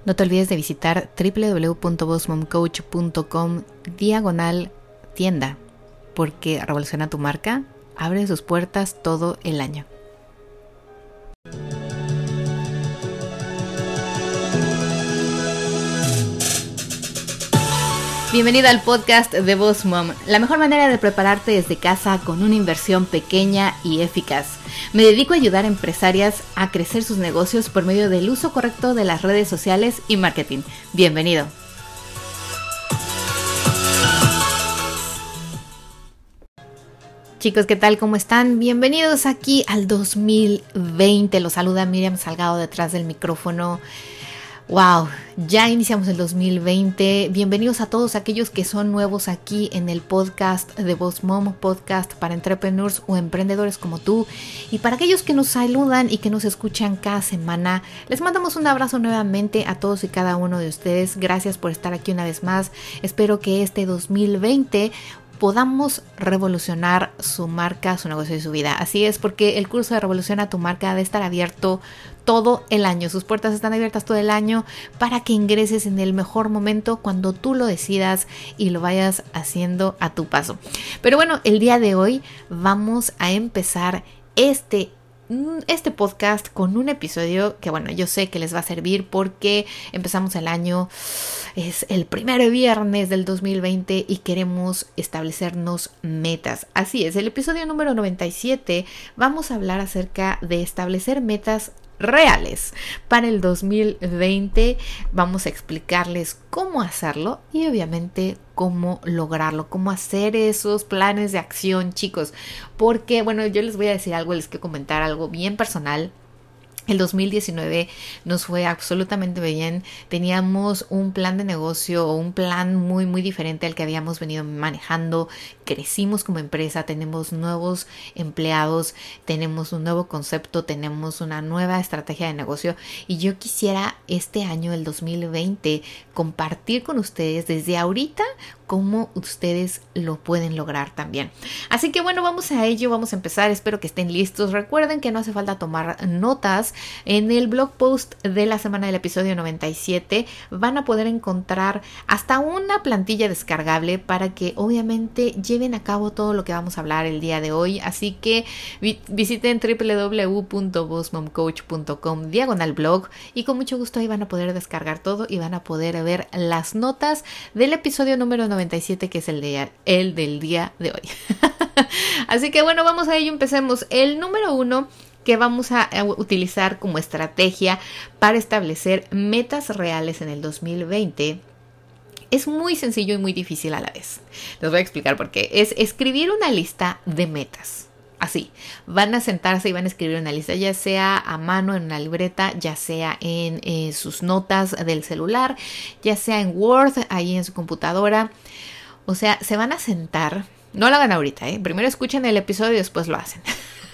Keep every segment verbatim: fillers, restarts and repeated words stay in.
No te olvides de visitar w w w punto boss mom coach punto com diagonal tienda, porque Revoluciona tu Marca abre sus puertas todo el año. Bienvenida al podcast de Boss Mom, la mejor manera de prepararte desde casa con una inversión pequeña y eficaz. Me dedico a ayudar a empresarias a crecer sus negocios por medio del uso correcto de las redes sociales y marketing. Bienvenido. Chicos, ¿qué tal? ¿Cómo están? Bienvenidos aquí al dos mil veinte. Los saluda Miriam Salgado detrás del micrófono. Wow, ya iniciamos el dos mil veinte. Bienvenidos a todos aquellos que son nuevos aquí en el podcast de Boss Mom, podcast para entrepreneurs o emprendedores como tú. Y para aquellos que nos saludan y que nos escuchan cada semana, les mandamos un abrazo nuevamente a todos y cada uno de ustedes. Gracias por estar aquí una vez más. Espero que este dos mil veinte podamos revolucionar su marca, su negocio y su vida. Así es, porque el curso de Revoluciona tu Marca debe estar abierto todo el año. Sus puertas están abiertas todo el año para que ingreses en el mejor momento cuando tú lo decidas y lo vayas haciendo a tu paso. Pero bueno, el día de hoy vamos a empezar este este podcast con un episodio que, bueno, yo sé que les va a servir porque empezamos el año, es el primer viernes del dos mil veinte y queremos establecernos metas. Así es, el episodio número noventa y siete vamos a hablar acerca de establecer metas reales para el dos mil veinte. Vamos a explicarles cómo hacerlo y obviamente cómo lograrlo, cómo hacer esos planes de acción, chicos, porque bueno, yo les voy a decir algo, les quiero comentar algo bien personal. El dos mil diecinueve nos fue absolutamente bien. Teníamos un plan de negocio o un plan muy muy diferente al que habíamos venido manejando. Crecimos como empresa, tenemos nuevos empleados, tenemos un nuevo concepto, tenemos una nueva estrategia de negocio y yo quisiera este año, el dos mil veinte, compartir con ustedes desde ahorita cómo ustedes lo pueden lograr también. Así que bueno, vamos a ello, vamos a empezar. Espero que estén listos. Recuerden que no hace falta tomar notas. En el blog post de la semana del episodio noventa y siete van a poder encontrar hasta una plantilla descargable para que obviamente lleven a cabo todo lo que vamos a hablar el día de hoy. Así que vi- visiten w w w punto boss mom coach punto com diagonal blog y con mucho gusto ahí van a poder descargar todo y van a poder ver las notas del episodio número noventa y siete, que es el, de, el del día de hoy. Así que bueno, vamos a ello, empecemos. El número uno que vamos a utilizar como estrategia para establecer metas reales en el dos mil veinte es muy sencillo y muy difícil a la vez. Les voy a explicar por qué. Es escribir una lista de metas. Así, van a sentarse y van a escribir una lista, ya sea a mano en una libreta, ya sea en eh, sus notas del celular, ya sea en Word, ahí en su computadora. O sea, se van a sentar, no lo hagan ahorita, ¿eh? Primero escuchen el episodio y después lo hacen.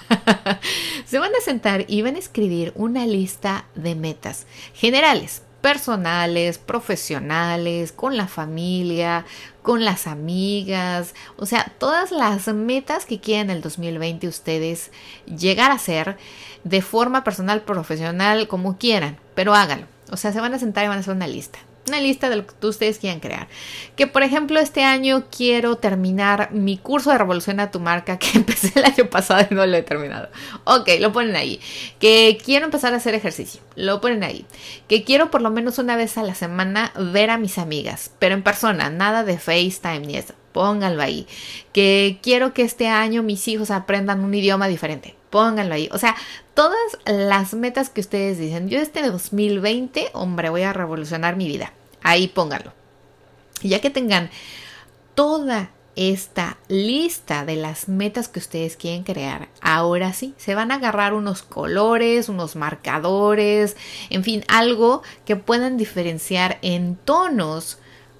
Se van a sentar y van a escribir una lista de metas generales, personales, profesionales, con la familia, con las amigas, o sea, todas las metas que quieran el dos mil veinte ustedes llegar a hacer de forma personal, profesional, como quieran, pero háganlo. O sea, se van a sentar y van a hacer una lista. Una lista de lo que ustedes quieran crear. Que por ejemplo este año quiero terminar mi curso de Revoluciona tu Marca que empecé el año pasado y no lo he terminado. Ok, lo ponen ahí. Que quiero empezar a hacer ejercicio. Lo ponen ahí. Que quiero por lo menos una vez a la semana ver a mis amigas. Pero en persona, nada de FaceTime ni eso. Pónganlo ahí. Que quiero que este año mis hijos aprendan un idioma diferente. Pónganlo ahí. O sea, todas las metas que ustedes dicen, yo este dos mil veinte, hombre, voy a revolucionar mi vida. Ahí pónganlo. Y ya que tengan toda esta lista de las metas que ustedes quieren crear, ahora sí, se van a agarrar unos colores, unos marcadores, en fin, algo que puedan diferenciar en tonos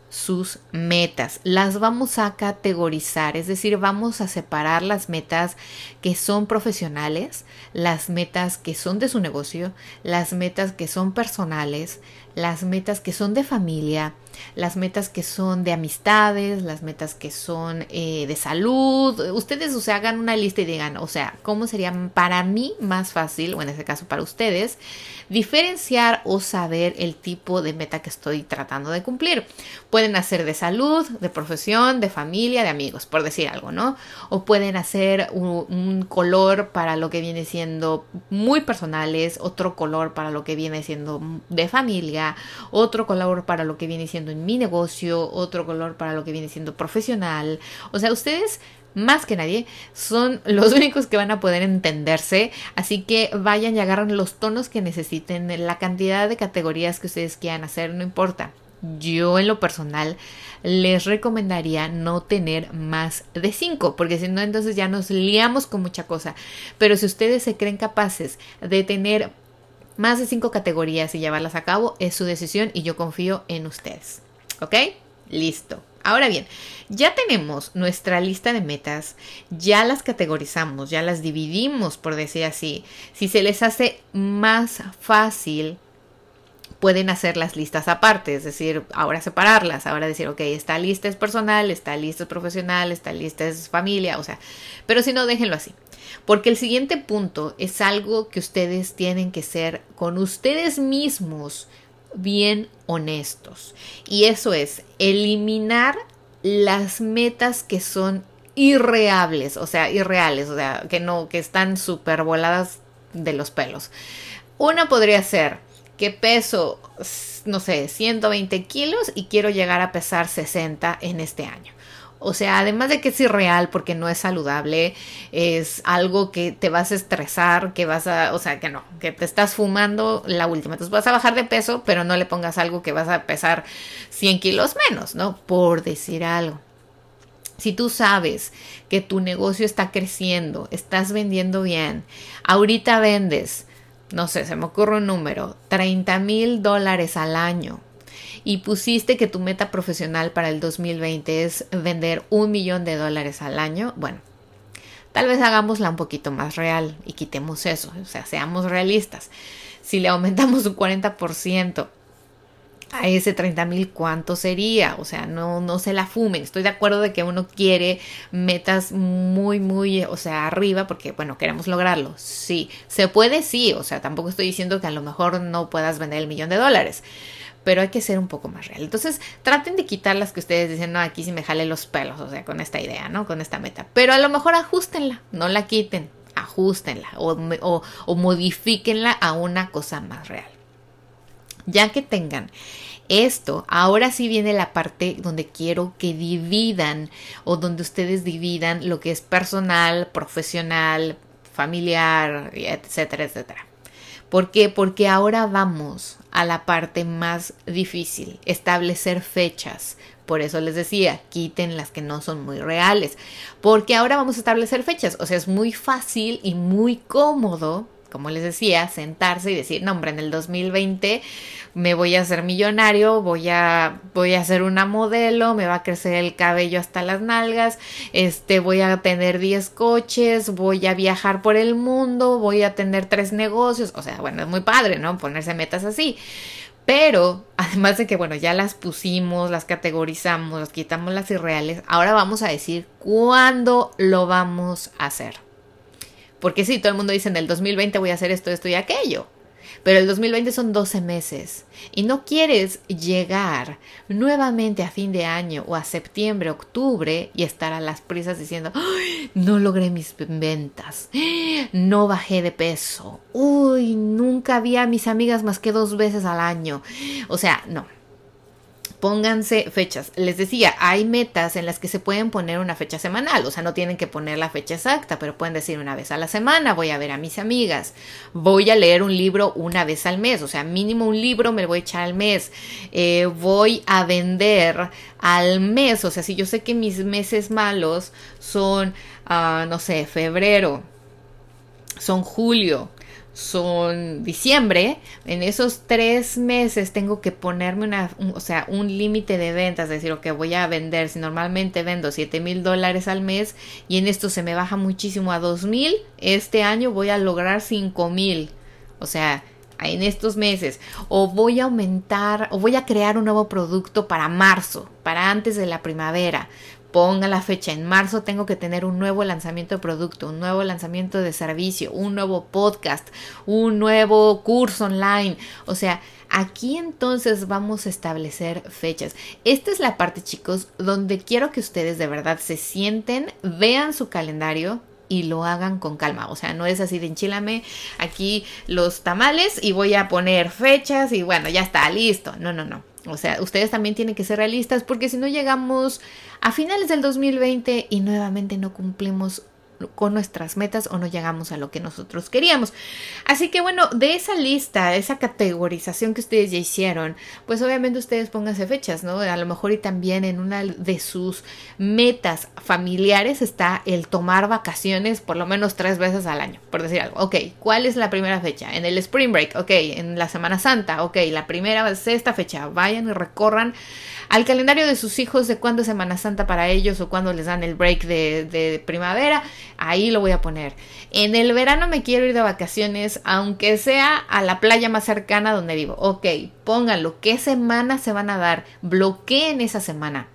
sus metas. Las vamos a categorizar, es decir, vamos a separar las metas que son profesionales, las metas que son de su negocio, las metas que son personales, las metas que son de familia, las metas que son de amistades, las metas que son eh, de salud. Ustedes, o sea, hagan una lista y digan, o sea, ¿cómo sería para mí más fácil, o en este caso para ustedes, diferenciar o saber el tipo de meta que estoy tratando de cumplir? Pueden hacer de salud, de profesión, de familia, de amigos, por decir algo, ¿no? O pueden hacer un, un color para lo que viene siendo muy personales, otro color para lo que viene siendo de familia, otro color para lo que viene siendo en mi negocio, otro color para lo que viene siendo profesional. O sea, ustedes más que nadie son los únicos que van a poder entenderse, así que vayan y agarren los tonos que necesiten, la cantidad de categorías que ustedes quieran hacer, no importa. Yo en lo personal les recomendaría no tener más de cinco, porque si no entonces ya nos liamos con mucha cosa. Pero si ustedes se creen capaces de tener más de cinco categorías y llevarlas a cabo, es su decisión y yo confío en ustedes. ¿Ok? Listo. Ahora bien, ya tenemos nuestra lista de metas, ya las categorizamos, ya las dividimos, por decir así. Si se les hace más fácil, pueden hacer las listas aparte, es decir, ahora separarlas, ahora decir, ok, esta lista es personal, esta lista es profesional, esta lista es familia, o sea, pero si no, déjenlo así. Porque el siguiente punto es algo que ustedes tienen que ser con ustedes mismos bien honestos. Y eso es eliminar las metas que son irreales, o sea, irreales, o sea, que no, que están súper voladas de los pelos. Una podría ser que peso, no sé, ciento veinte kilos y quiero llegar a pesar sesenta en este año. O sea, además de que es irreal porque no es saludable, es algo que te vas a estresar, que vas a, o sea, que no, que te estás fumando la última. Entonces vas a bajar de peso, pero no le pongas algo que vas a pesar cien kilos menos, ¿no? Por decir algo. Si tú sabes que tu negocio está creciendo, estás vendiendo bien, ahorita vendes, no sé, se me ocurre un número, treinta mil dólares al año. Y pusiste que tu meta profesional para el dos mil veinte es vender un millón de dólares al año. Bueno, tal vez hagámosla un poquito más real y quitemos eso. O sea, seamos realistas. Si le aumentamos un cuarenta por ciento a ese treinta mil, ¿cuánto sería? O sea, no, no se la fumen. Estoy de acuerdo de que uno quiere metas muy, muy, o sea, arriba porque, bueno, queremos lograrlo. Sí, se puede, sí. O sea, tampoco estoy diciendo que a lo mejor no puedas vender el millón de dólares. Pero hay que ser un poco más real. Entonces, traten de quitar las que ustedes dicen, no, aquí sí me jale los pelos, o sea, con esta idea, ¿no? Con esta meta. Pero a lo mejor ajustenla, no la quiten, ajustenla o, o, o modifíquenla a una cosa más real. Ya que tengan esto, ahora sí viene la parte donde quiero que dividan o donde ustedes dividan lo que es personal, profesional, familiar, etcétera, etcétera. ¿Por qué? Porque ahora vamos a la parte más difícil, establecer fechas. Por eso les decía, quiten las que no son muy reales. Porque ahora vamos a establecer fechas. O sea, es muy fácil y muy cómodo, como les decía, sentarse y decir, no, hombre, en el dos mil veinte me voy a hacer millonario, voy a, voy a ser una modelo, me va a crecer el cabello hasta las nalgas, este, voy a tener diez coches, voy a viajar por el mundo, voy a tener tres negocios. O sea, bueno, es muy padre, ¿no? Ponerse metas así. Pero, además de que, bueno, ya las pusimos, las categorizamos, las quitamos las irreales, ahora vamos a decir cuándo lo vamos a hacer. Porque sí, todo el mundo dice en el dos mil veinte voy a hacer esto, esto y aquello. Pero el dos mil veinte son doce meses. Y no quieres llegar nuevamente a fin de año o a septiembre, octubre y estar a las prisas diciendo, ¡ay! No logré mis ventas. No bajé de peso. Uy, nunca vi a mis amigas más que dos veces al año. O sea, no. Pónganse fechas. Les decía, hay metas en las que se pueden poner una fecha semanal, o sea, no tienen que poner la fecha exacta, pero pueden decir una vez a la semana, voy a ver a mis amigas, voy a leer un libro una vez al mes, o sea, mínimo un libro me lo voy a echar al mes, eh, voy a vender al mes, o sea, si yo sé que mis meses malos son, uh, no sé, febrero, son julio, son diciembre. En esos tres meses tengo que ponerme una, un, o sea, un límite de ventas, es decir, que voy a vender, si normalmente vendo siete mil dólares al mes y en esto se me baja muchísimo a dos mil, este año voy a lograr cinco mil, o sea, en estos meses, o voy a aumentar, o voy a crear un nuevo producto para marzo, para antes de la primavera. Ponga la fecha, en marzo tengo que tener un nuevo lanzamiento de producto, un nuevo lanzamiento de servicio, un nuevo podcast, un nuevo curso online. O sea, aquí entonces vamos a establecer fechas. Esta es la parte, chicos, donde quiero que ustedes de verdad se sienten, vean su calendario y lo hagan con calma. O sea, no es así de enchílame aquí los tamales y voy a poner fechas y bueno, ya está, listo. No, no, no. O sea, ustedes también tienen que ser realistas porque si no llegamos a finales del dos mil veinte y nuevamente no cumplimos con nuestras metas o no llegamos a lo que nosotros queríamos. Así que bueno, de esa lista, esa categorización que ustedes ya hicieron, pues obviamente ustedes pónganse fechas, ¿no? A lo mejor y también en una de sus metas familiares está el tomar vacaciones por lo menos tres veces al año, por decir algo. Ok, ¿cuál es la primera fecha? En el Spring Break, ok, en la Semana Santa, ok, la primera es esta fecha. Vayan y recorran al calendario de sus hijos de cuándo es Semana Santa para ellos o cuándo les dan el break de, de primavera. Ahí lo voy a poner. En el verano me quiero ir de vacaciones, aunque sea a la playa más cercana donde vivo. Ok, pónganlo. ¿Qué semana se van a dar? Bloqueen esa semana.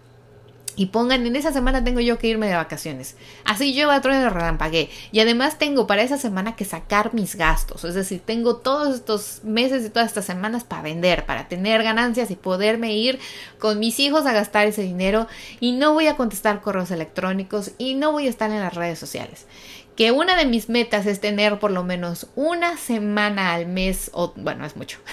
Y pongan, en esa semana tengo yo que irme de vacaciones. Así yo otro de relampagué. Y además tengo para esa semana que sacar mis gastos. Es decir, tengo todos estos meses y todas estas semanas para vender, para tener ganancias y poderme ir con mis hijos a gastar ese dinero. Y no voy a contestar correos electrónicos y no voy a estar en las redes sociales. Que una de mis metas es tener por lo menos una semana al mes, o bueno, es mucho,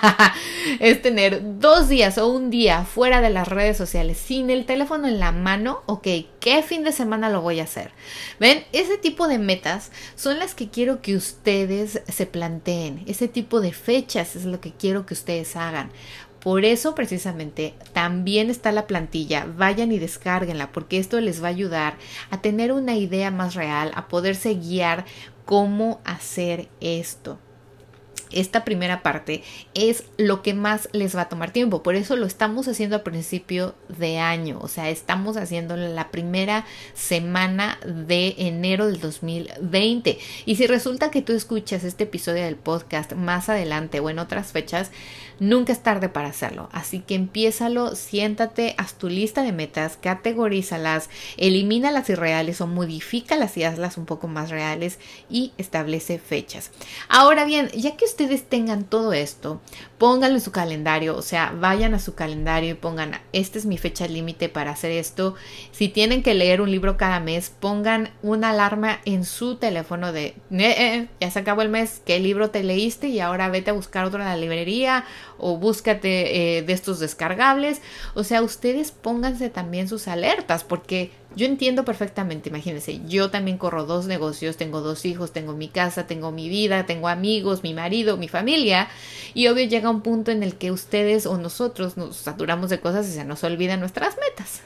es tener dos días o un día fuera de las redes sociales, sin el teléfono en la mano. Ok, ¿qué fin de semana lo voy a hacer? ¿Ven? Ese tipo de metas son las que quiero que ustedes se planteen, ese tipo de fechas es lo que quiero que ustedes hagan. Por eso precisamente también está la plantilla, vayan y descárguenla porque esto les va a ayudar a tener una idea más real, a poderse guiar cómo hacer esto. Esta primera parte es lo que más les va a tomar tiempo, por eso lo estamos haciendo a principio de año, o sea, estamos haciendo la primera semana de enero del dos mil veinte. Y si resulta que tú escuchas este episodio del podcast más adelante o en otras fechas, nunca es tarde para hacerlo, así que empiézalo, siéntate, haz tu lista de metas, categorízalas, elimina las irreales o modifícalas y hazlas un poco más reales y establece fechas. Ahora bien, ya que ustedes tengan todo esto, pónganlo en su calendario, o sea, vayan a su calendario y pongan, esta es mi fecha límite para hacer esto. Si tienen que leer un libro cada mes, pongan una alarma en su teléfono de, eh, eh, ya se acabó el mes, ¿qué libro te leíste? Y ahora vete a buscar otro en la librería o búscate eh, de estos descargables. O sea, ustedes pónganse también sus alertas porque yo entiendo perfectamente, imagínense, yo también corro dos negocios, tengo dos hijos, tengo mi casa, tengo mi vida, tengo amigos, mi marido, mi familia y obvio llega un punto en el que ustedes o nosotros nos saturamos de cosas y se nos olvidan nuestras metas.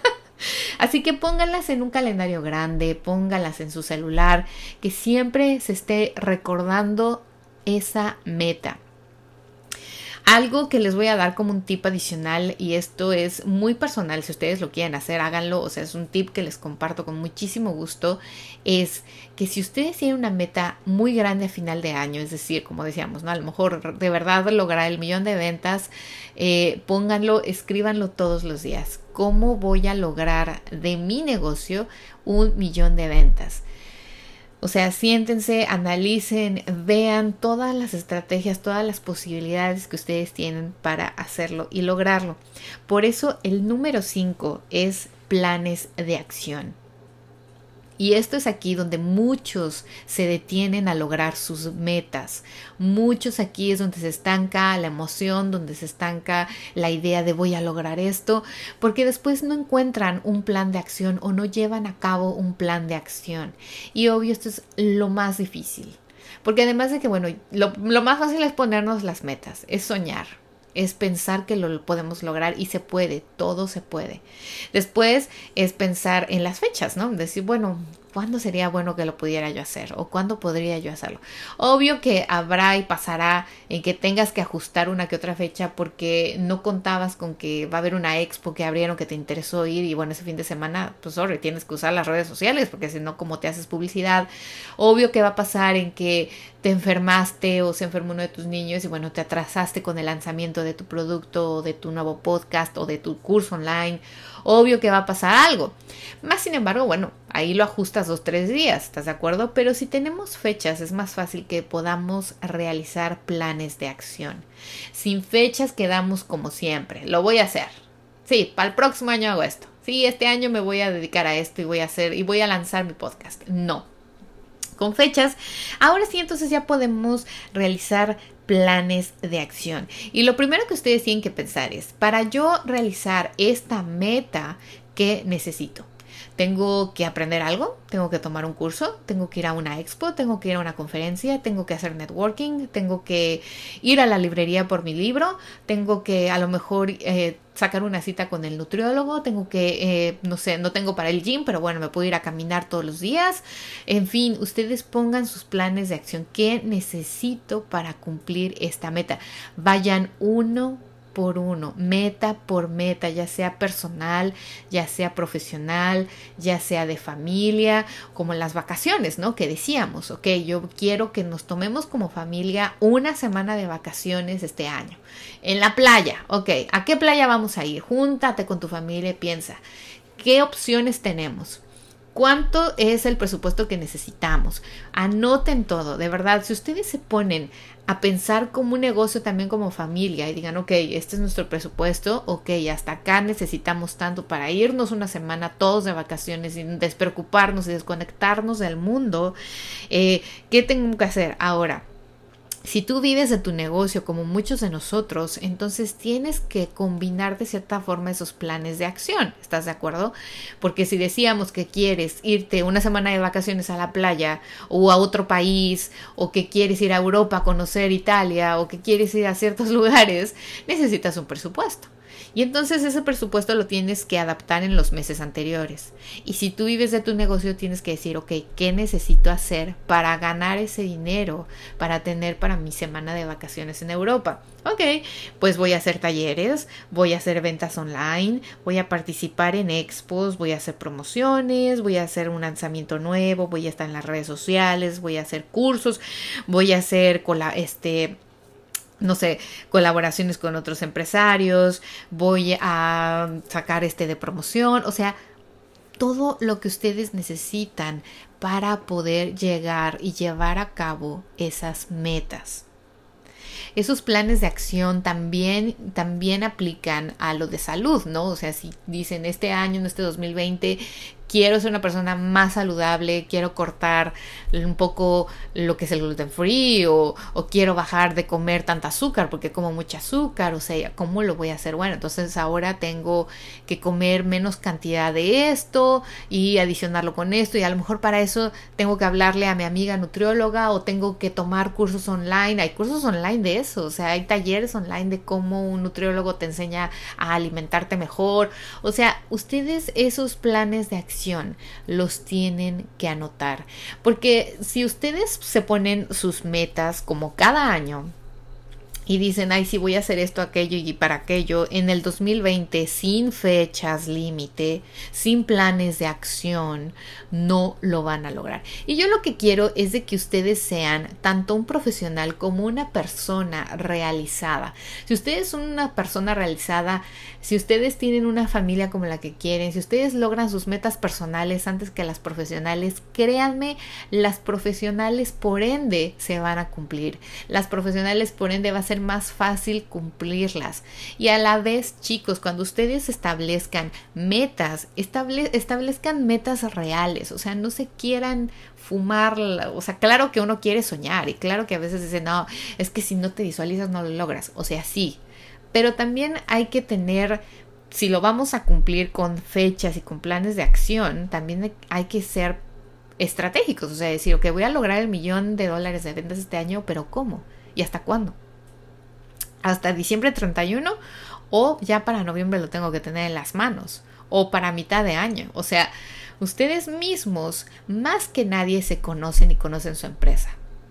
Así que pónganlas en un calendario grande, pónganlas en su celular, que siempre se esté recordando esa meta. Algo que les voy a dar como un tip adicional, y esto es muy personal, si ustedes lo quieren hacer, háganlo, o sea, es un tip que les comparto con muchísimo gusto, es que si ustedes tienen una meta muy grande a final de año, es decir, como decíamos, ¿no? A lo mejor de verdad lograr el millón de ventas, eh, pónganlo, escríbanlo todos los días. ¿Cómo voy a lograr de mi negocio un millón de ventas? O sea, siéntense, analicen, vean todas las estrategias, todas las posibilidades que ustedes tienen para hacerlo y lograrlo. Por eso el número cinco es planes de acción. Y esto es aquí donde muchos se detienen a lograr sus metas. Muchos aquí es donde se estanca la emoción, donde se estanca la idea de voy a lograr esto, porque después no encuentran un plan de acción o no llevan a cabo un plan de acción. Y obvio, esto es lo más difícil. Porque además de que, bueno, lo, lo más fácil es ponernos las metas, es soñar. Es pensar que lo podemos lograr y se puede, todo se puede. Después es pensar en las fechas, ¿no? Decir, bueno, ¿cuándo sería bueno que lo pudiera yo hacer? ¿O cuándo podría yo hacerlo? Obvio que habrá y pasará en que tengas que ajustar una que otra fecha porque no contabas con que va a haber una expo que abrieron que te interesó ir y bueno, ese fin de semana, pues sorry, tienes que usar las redes sociales porque si no, ¿cómo te haces publicidad? Obvio que va a pasar en que te enfermaste o se enfermó uno de tus niños y bueno, te atrasaste con el lanzamiento de tu producto o de tu nuevo podcast o de tu curso online. Obvio que va a pasar algo. Más sin embargo, bueno, ahí lo ajustas dos, tres días, ¿estás de acuerdo? Pero si tenemos fechas es más fácil que podamos realizar planes de acción. Sin fechas quedamos como siempre. Lo voy a hacer. Sí, para el próximo año hago esto. Sí, este año me voy a dedicar a esto y voy a hacer y voy a lanzar mi podcast. No. Con fechas, ahora sí entonces ya podemos realizar planes de acción. Y lo primero que ustedes tienen que pensar es, para yo realizar esta meta, ¿qué necesito? Tengo que aprender algo, tengo que tomar un curso, tengo que ir a una expo, tengo que ir a una conferencia, tengo que hacer networking, tengo que ir a la librería por mi libro, tengo que a lo mejor eh, sacar una cita con el nutriólogo, tengo que, eh, no sé, no tengo para el gym, pero bueno, me puedo ir a caminar todos los días. En fin, ustedes pongan sus planes de acción. ¿Qué necesito para cumplir esta meta? Vayan uno por uno, meta por meta, ya sea personal, ya sea profesional, ya sea de familia, como en las vacaciones, ¿no? Que decíamos, ok, yo quiero que nos tomemos como familia una semana de vacaciones este año. En la playa, ok, ¿a qué playa vamos a ir? Júntate con tu familia y piensa, ¿qué opciones tenemos? ¿Cuánto es el presupuesto que necesitamos? Anoten todo, de verdad, si ustedes se ponen a pensar como un negocio también como familia y digan, ok, este es nuestro presupuesto, ok, hasta acá necesitamos tanto para irnos una semana todos de vacaciones sin despreocuparnos y desconectarnos del mundo, eh, ¿qué tengo que hacer ahora? Si tú vives de tu negocio como muchos de nosotros, entonces tienes que combinar de cierta forma esos planes de acción. ¿Estás de acuerdo? Porque si decíamos que quieres irte una semana de vacaciones a la playa o a otro país, o que quieres ir a Europa a conocer Italia, o que quieres ir a ciertos lugares, necesitas un presupuesto. Y entonces ese presupuesto lo tienes que adaptar en los meses anteriores. Y si tú vives de tu negocio, tienes que decir, ok, ¿qué necesito hacer para ganar ese dinero, para tener para mi semana de vacaciones en Europa? Ok, pues voy a hacer talleres, voy a hacer ventas online, voy a participar en expos, voy a hacer promociones, voy a hacer un lanzamiento nuevo, voy a estar en las redes sociales, voy a hacer cursos, voy a hacer con la, este... no sé, colaboraciones con otros empresarios, voy a sacar este de promoción, o sea, todo lo que ustedes necesitan para poder llegar y llevar a cabo esas metas. Esos planes de acción también, también aplican a lo de salud, ¿no? O sea, si dicen este año, en este dos mil veinte, quiero ser una persona más saludable, quiero cortar un poco lo que es el gluten free o, o quiero bajar de comer tanta azúcar porque como mucha azúcar, o sea, ¿cómo lo voy a hacer? Bueno, entonces ahora tengo que comer menos cantidad de esto y adicionarlo con esto y a lo mejor para eso tengo que hablarle a mi amiga nutrióloga o tengo que tomar cursos online. Hay cursos online de eso, o sea, hay talleres online de cómo un nutriólogo te enseña a alimentarte mejor. O sea, ustedes esos planes de acción los tienen que anotar, porque si ustedes se ponen sus metas como cada año y dicen, ay, sí voy a hacer esto, aquello y para aquello, en el dos mil veinte, sin fechas límite, sin planes de acción, no lo van a lograr. Y yo lo que quiero es de que ustedes sean tanto un profesional como una persona realizada. Si ustedes son una persona realizada, si ustedes tienen una familia como la que quieren, si ustedes logran sus metas personales antes que las profesionales, créanme, las profesionales por ende se van a cumplir. Las profesionales por ende va a ser más fácil cumplirlas. Y a la vez, chicos, cuando ustedes establezcan metas, estable, establezcan metas reales, o sea, no se quieran fumar, o sea, claro que uno quiere soñar y claro que a veces dicen, no, es que si no te visualizas no lo logras, o sea, sí, pero también hay que tener, si lo vamos a cumplir con fechas y con planes de acción, también hay que ser estratégicos, o sea, decir, ok, voy a lograr el millón de dólares de ventas este año, pero ¿cómo? ¿Y hasta cuándo? ¿Hasta diciembre treinta y uno? ¿O ya para noviembre lo tengo que tener en las manos? ¿O para mitad de año? O sea, ustedes mismos más que nadie se conocen y conocen su empresa.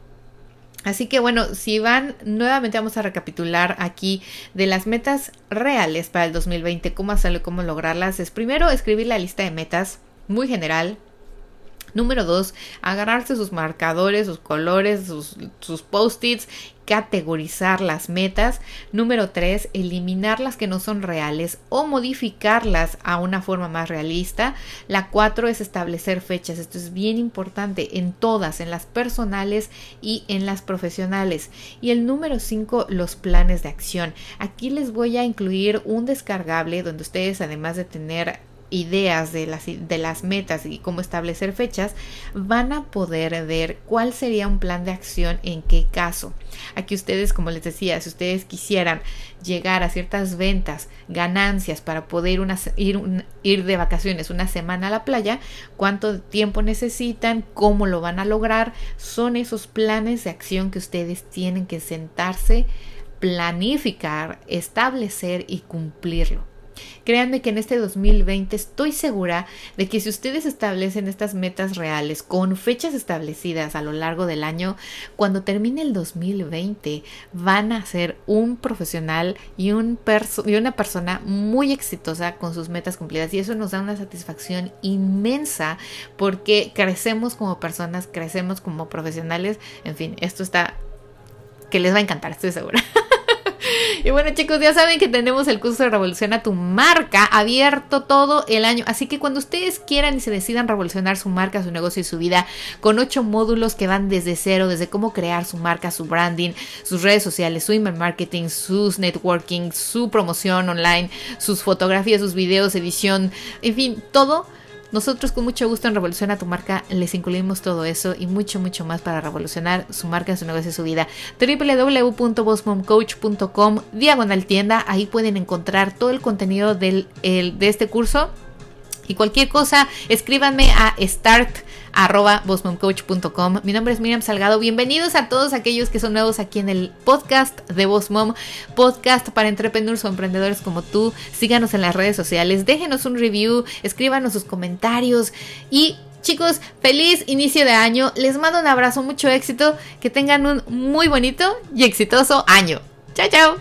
Así que bueno, si van, nuevamente vamos a recapitular aquí de las metas reales para el dos mil veinte, cómo hacerlo y cómo lograrlas. Es primero escribir la lista de metas muy general. Número dos, agarrarse sus marcadores, sus colores, sus, sus post-its, categorizar las metas. Número tres, eliminar las que no son reales o modificarlas a una forma más realista. La cuatro es establecer fechas. Esto es bien importante en todas, en las personales y en las profesionales. Y el número cinco, los planes de acción. Aquí les voy a incluir un descargable donde ustedes, además de tener ideas de las, de las metas y cómo establecer fechas, van a poder ver cuál sería un plan de acción en qué caso. Aquí ustedes, como les decía, si ustedes quisieran llegar a ciertas ventas, ganancias para poder una, ir, un, ir de vacaciones una semana a la playa, cuánto tiempo necesitan, cómo lo van a lograr, son esos planes de acción que ustedes tienen que sentarse, planificar, establecer y cumplirlo. Créanme que en este dos mil veinte estoy segura de que si ustedes establecen estas metas reales con fechas establecidas a lo largo del año, cuando termine el dos mil veinte van a ser un profesional y, un perso- y una persona muy exitosa con sus metas cumplidas, y eso nos da una satisfacción inmensa porque crecemos como personas, crecemos como profesionales. En fin, esto está que les va a encantar, estoy segura. Y bueno, chicos, ya saben que tenemos el curso de Revoluciona tu Marca abierto todo el año. Así que cuando ustedes quieran y se decidan revolucionar su marca, su negocio y su vida, con ocho módulos que van desde cero, desde cómo crear su marca, su branding, sus redes sociales, su email marketing, sus networking, su promoción online, sus fotografías, sus videos, edición, en fin, todo. Nosotros con mucho gusto en Revoluciona tu Marca les incluimos todo eso y mucho, mucho más para revolucionar su marca, su negocio y su vida. doble u doble u doble u punto boss mom coach punto com diagonal tienda. Ahí pueden encontrar todo el contenido del, el, de este curso. Y cualquier cosa, escríbanme a start arroba boss mom coach punto com. Mi nombre es Miriam Salgado. Bienvenidos a todos aquellos que son nuevos aquí en el podcast de Boss Mom, podcast para entrepreneurs o emprendedores como tú. Síganos en las redes sociales, déjenos un review, escríbanos sus comentarios y chicos, feliz inicio de año. Les mando un abrazo, mucho éxito, que tengan un muy bonito y exitoso año. Chao, chao.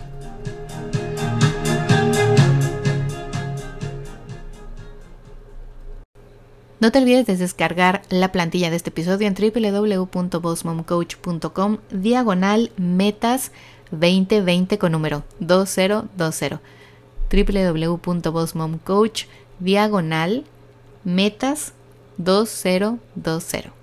No te olvides de descargar la plantilla de este episodio en doble u doble u doble u punto boss mom coach punto com diagonal metas veinte veinte con número dos mil veinte. doble u doble u doble u punto boss mom coach diagonal metas dos mil veinte.